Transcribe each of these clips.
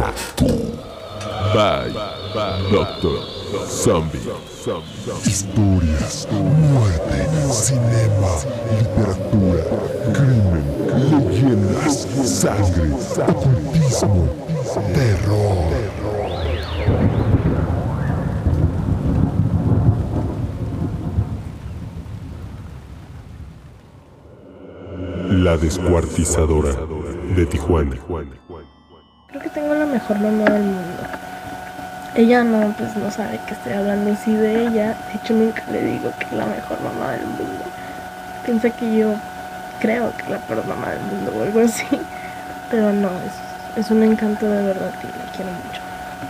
By Doctor Zombie. Historias, muerte, cinema, literatura, crimen, leyendas, sangre, ocultismo, terror. La descuartizadora de Tijuana. Creo que tengo la mejor mamá del mundo. Ella no sabe que estoy hablando así de ella. De hecho, nunca le digo que es la mejor mamá del mundo. Piensa que yo creo que es la peor mamá del mundo o algo así. Pero no, es un encanto de verdad y la quiero mucho.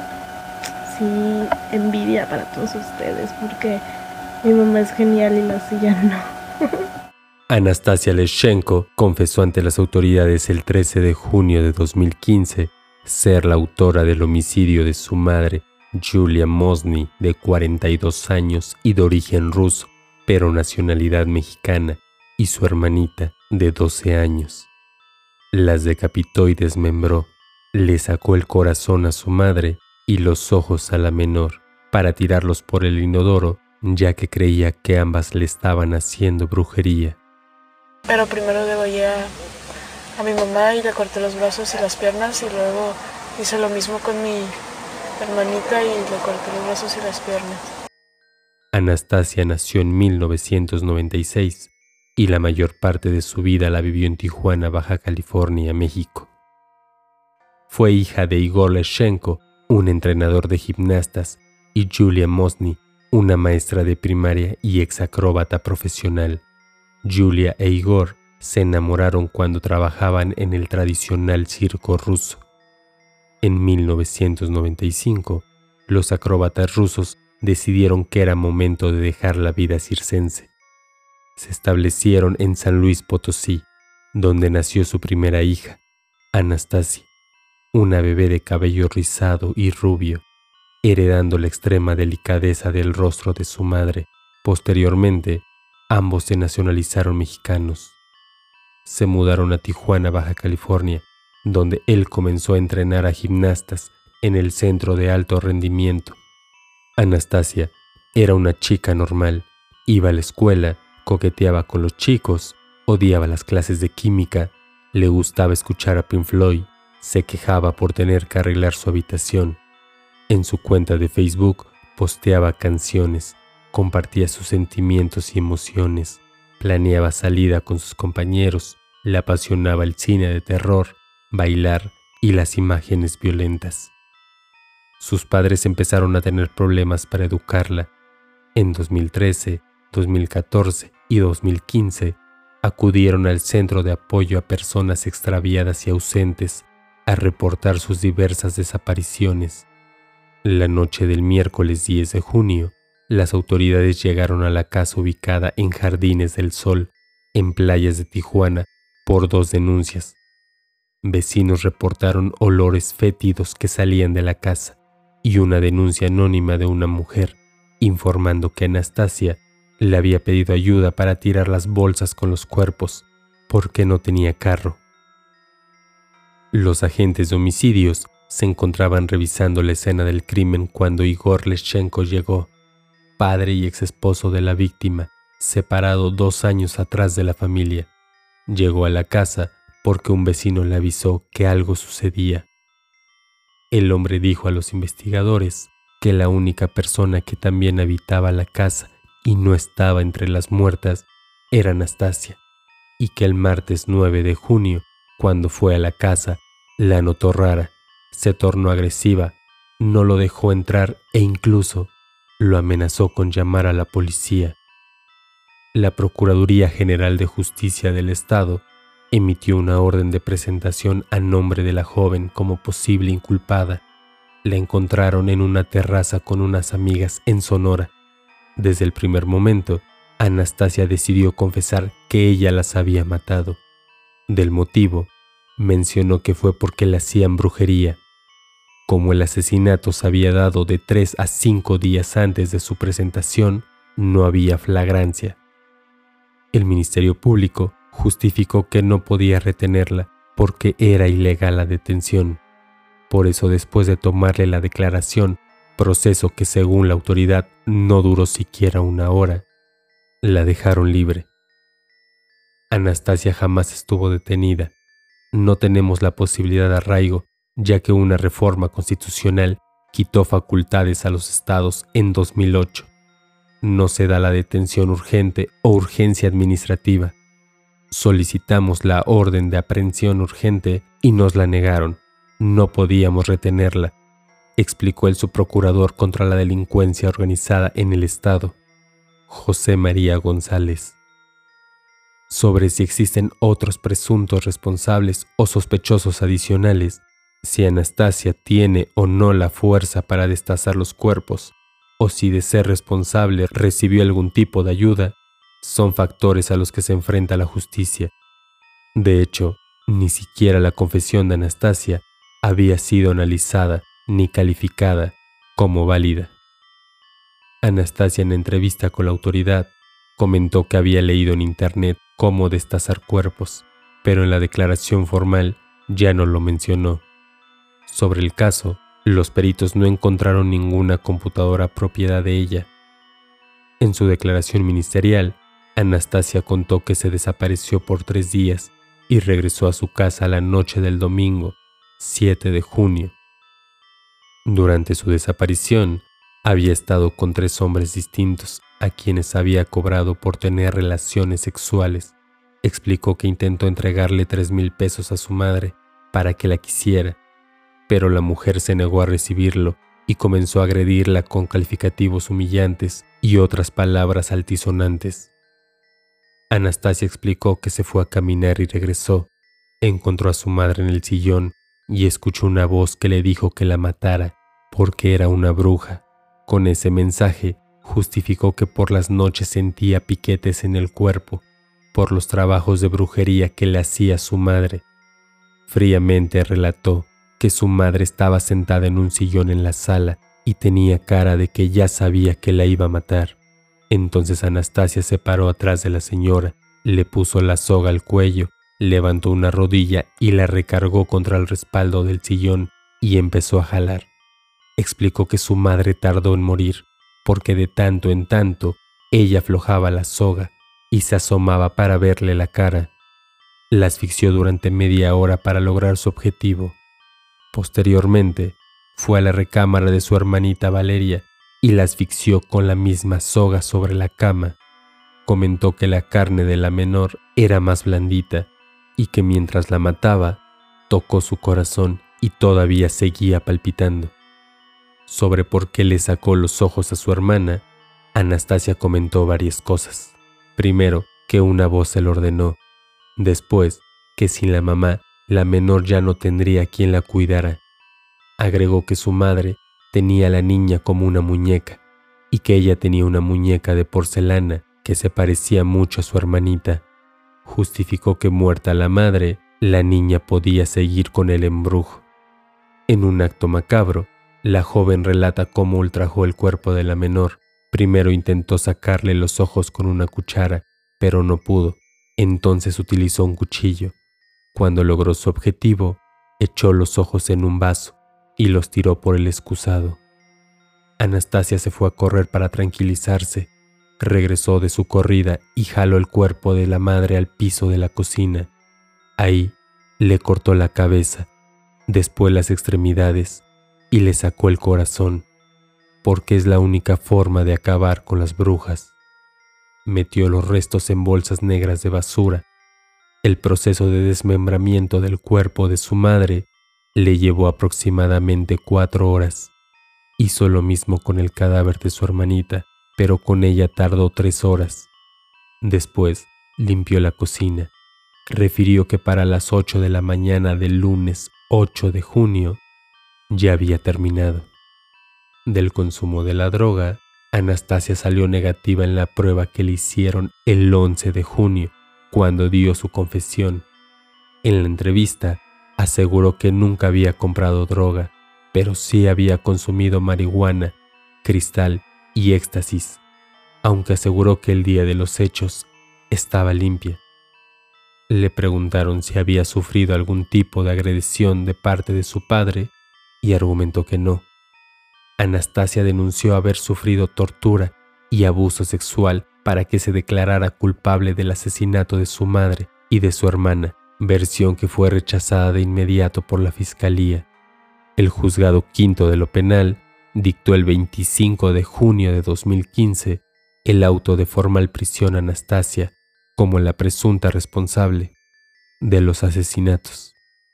Sí, envidia para todos ustedes porque mi mamá es genial y la suya no. Anastasia Leschenko confesó ante las autoridades el 13 de junio de 2015 ser la autora del homicidio de su madre, Julia Mosny, de 42 años y de origen ruso, pero nacionalidad mexicana, y su hermanita, de 12 años. Las decapitó y desmembró, le sacó el corazón a su madre y los ojos a la menor, para tirarlos por el inodoro, ya que creía que ambas le estaban haciendo brujería. Pero primero degollé a mi mamá y le corté los brazos y las piernas y luego hice lo mismo con mi hermanita y le corté los brazos y las piernas. Anastasia nació en 1996 y la mayor parte de su vida la vivió en Tijuana, Baja California, México. Fue hija de Igor Leschenko, un entrenador de gimnastas, y Julia Mosny, una maestra de primaria y exacróbata profesional. Julia e Igor se enamoraron cuando trabajaban en el tradicional circo ruso. En 1995, los acróbatas rusos decidieron que era momento de dejar la vida circense. Se establecieron en San Luis Potosí, donde nació su primera hija, Anastasia, una bebé de cabello rizado y rubio, heredando la extrema delicadeza del rostro de su madre. Posteriormente, ambos se nacionalizaron mexicanos. Se mudaron a Tijuana, Baja California, donde él comenzó a entrenar a gimnastas en el centro de alto rendimiento. Anastasia era una chica normal, iba a la escuela, coqueteaba con los chicos, odiaba las clases de química, le gustaba escuchar a Pink Floyd, se quejaba por tener que arreglar su habitación. En su cuenta de Facebook posteaba canciones, compartía sus sentimientos y emociones, planeaba salida con sus compañeros, le apasionaba el cine de terror, bailar y las imágenes violentas. Sus padres empezaron a tener problemas para educarla. En 2013, 2014 y 2015 acudieron al Centro de Apoyo a Personas Extraviadas y Ausentes a reportar sus diversas desapariciones. La noche del miércoles 10 de junio, las autoridades llegaron a la casa ubicada en Jardines del Sol, en Playas de Tijuana, por 2 denuncias. Vecinos reportaron olores fétidos que salían de la casa y una denuncia anónima de una mujer informando que Anastasia le había pedido ayuda para tirar las bolsas con los cuerpos porque no tenía carro. Los agentes de homicidios se encontraban revisando la escena del crimen cuando Igor Leschenko llegó, padre y exesposo de la víctima, separado 2 años atrás de la familia. Llegó a la casa porque un vecino le avisó que algo sucedía. El hombre dijo a los investigadores que la única persona que también habitaba la casa y no estaba entre las muertas era Anastasia, y que el martes 9 de junio, cuando fue a la casa, la notó rara, se tornó agresiva, no lo dejó entrar e incluso lo amenazó con llamar a la policía. La Procuraduría General de Justicia del Estado emitió una orden de presentación a nombre de la joven como posible inculpada. La encontraron en una terraza con unas amigas en Sonora. Desde el primer momento, Anastasia decidió confesar que ella las había matado. Del motivo, mencionó que fue porque le hacían brujería. Como el asesinato se había dado de 3 a 5 días antes de su presentación, no había flagrancia. El Ministerio Público justificó que no podía retenerla porque era ilegal la detención. Por eso, después de tomarle la declaración, proceso que según la autoridad no duró siquiera 1 hora, la dejaron libre. Anastasia jamás estuvo detenida. No tenemos la posibilidad de arraigo, ya que una reforma constitucional quitó facultades a los estados en 2008. No se da la detención urgente o urgencia administrativa. Solicitamos la orden de aprehensión urgente y nos la negaron. No podíamos retenerla, explicó el subprocurador contra la delincuencia organizada en el estado, José María González. Sobre si existen otros presuntos responsables o sospechosos adicionales, si Anastasia tiene o no la fuerza para destazar los cuerpos, o si de ser responsable recibió algún tipo de ayuda, son factores a los que se enfrenta la justicia. De hecho, ni siquiera la confesión de Anastasia había sido analizada ni calificada como válida. Anastasia, en entrevista con la autoridad, comentó que había leído en internet cómo destazar cuerpos, pero en la declaración formal ya no lo mencionó. Sobre el caso, los peritos no encontraron ninguna computadora propiedad de ella. En su declaración ministerial, Anastasia contó que se desapareció por 3 días y regresó a su casa la noche del domingo, 7 de junio. Durante su desaparición, había estado con 3 hombres distintos a quienes había cobrado por tener relaciones sexuales. Explicó que intentó entregarle 3,000 pesos a su madre para que la quisiera, pero la mujer se negó a recibirlo y comenzó a agredirla con calificativos humillantes y otras palabras altisonantes. Anastasia explicó que se fue a caminar y regresó. Encontró a su madre en el sillón y escuchó una voz que le dijo que la matara porque era una bruja. Con ese mensaje justificó que por las noches sentía piquetes en el cuerpo por los trabajos de brujería que le hacía su madre. Fríamente relató que su madre estaba sentada en un sillón en la sala y tenía cara de que ya sabía que la iba a matar. Entonces Anastasia se paró atrás de la señora, le puso la soga al cuello, levantó una rodilla y la recargó contra el respaldo del sillón y empezó a jalar. Explicó que su madre tardó en morir porque de tanto en tanto ella aflojaba la soga y se asomaba para verle la cara. La asfixió durante media hora para lograr su objetivo. Posteriormente, fue a la recámara de su hermanita Valeria y la asfixió con la misma soga sobre la cama. Comentó que la carne de la menor era más blandita y que mientras la mataba, tocó su corazón y todavía seguía palpitando. Sobre por qué le sacó los ojos a su hermana, Anastasia comentó varias cosas. Primero, que una voz se lo ordenó. Después, que sin la mamá, la menor ya no tendría quien la cuidara. Agregó que su madre tenía a la niña como una muñeca y que ella tenía una muñeca de porcelana que se parecía mucho a su hermanita. Justificó que muerta la madre, la niña podía seguir con el embrujo. En un acto macabro, la joven relata cómo ultrajó el cuerpo de la menor. Primero intentó sacarle los ojos con una cuchara, pero no pudo. Entonces utilizó un cuchillo. Cuando logró su objetivo, echó los ojos en un vaso y los tiró por el excusado. Anastasia se fue a correr para tranquilizarse. Regresó de su corrida y jaló el cuerpo de la madre al piso de la cocina. Ahí le cortó la cabeza, después las extremidades y le sacó el corazón, porque es la única forma de acabar con las brujas. Metió los restos en bolsas negras de basura. El proceso de desmembramiento del cuerpo de su madre le llevó aproximadamente 4 horas. Hizo lo mismo con el cadáver de su hermanita, pero con ella tardó 3 horas. Después limpió la cocina. Refirió que para las 8 de la mañana del lunes 8 de junio ya había terminado. Del consumo de la droga, Anastasia salió negativa en la prueba que le hicieron el 11 de junio, cuando dio su confesión. En la entrevista, aseguró que nunca había comprado droga, pero sí había consumido marihuana, cristal y éxtasis, aunque aseguró que el día de los hechos estaba limpia. Le preguntaron si había sufrido algún tipo de agresión de parte de su padre y argumentó que no. Anastasia denunció haber sufrido tortura y abuso sexual para que se declarara culpable del asesinato de su madre y de su hermana, versión que fue rechazada de inmediato por la Fiscalía. El Juzgado Quinto de lo Penal dictó el 25 de junio de 2015 el auto de formal prisión a Anastasia como la presunta responsable de los asesinatos.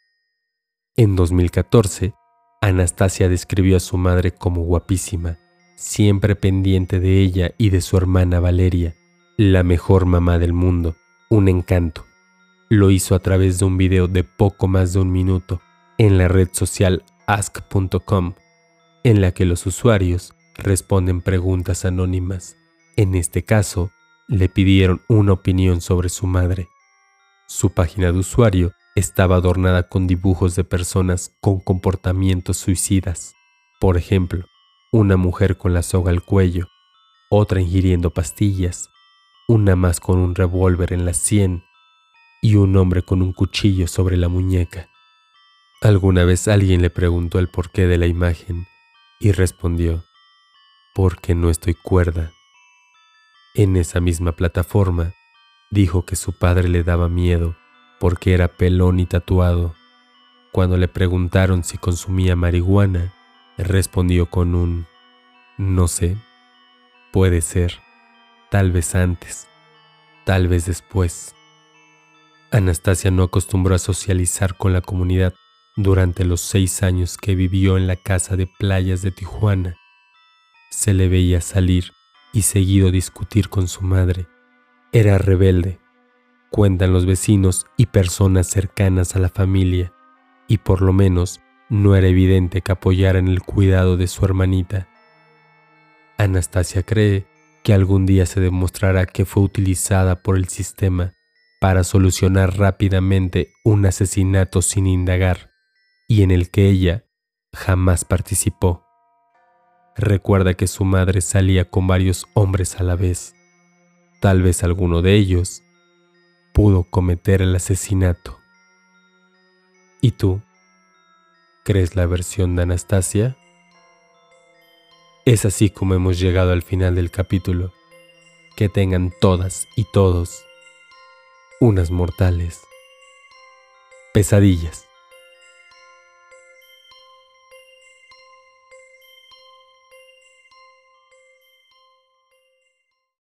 En 2014, Anastasia describió a su madre como guapísima, siempre pendiente de ella y de su hermana Valeria, la mejor mamá del mundo, un encanto. Lo hizo a través de un video de poco más de 1 minuto en la red social ask.com, en la que los usuarios responden preguntas anónimas. En este caso, le pidieron una opinión sobre su madre. Su página de usuario estaba adornada con dibujos de personas con comportamientos suicidas. Por ejemplo, una mujer con la soga al cuello, otra ingiriendo pastillas, una más con un revólver en la sien y un hombre con un cuchillo sobre la muñeca. Alguna vez alguien le preguntó el porqué de la imagen y respondió: porque no estoy cuerda. En esa misma plataforma dijo que su padre le daba miedo porque era pelón y tatuado. Cuando le preguntaron si consumía marihuana, respondió con un no sé, puede ser, tal vez antes, tal vez después. Anastasia no acostumbró a socializar con la comunidad durante los 6 años que vivió en la casa de playas de Tijuana. Se le veía salir y seguido discutir con su madre. Era rebelde, cuentan los vecinos y personas cercanas a la familia, y por lo menos no era evidente que apoyara en el cuidado de su hermanita. Anastasia cree que algún día se demostrará que fue utilizada por el sistema para solucionar rápidamente un asesinato sin indagar, y en el que ella jamás participó. Recuerda que su madre salía con varios hombres a la vez. Tal vez alguno de ellos pudo cometer el asesinato. ¿Y tú? ¿Crees la versión de Anastasia? Es así como hemos llegado al final del capítulo. Que tengan todas y todos unas mortales pesadillas.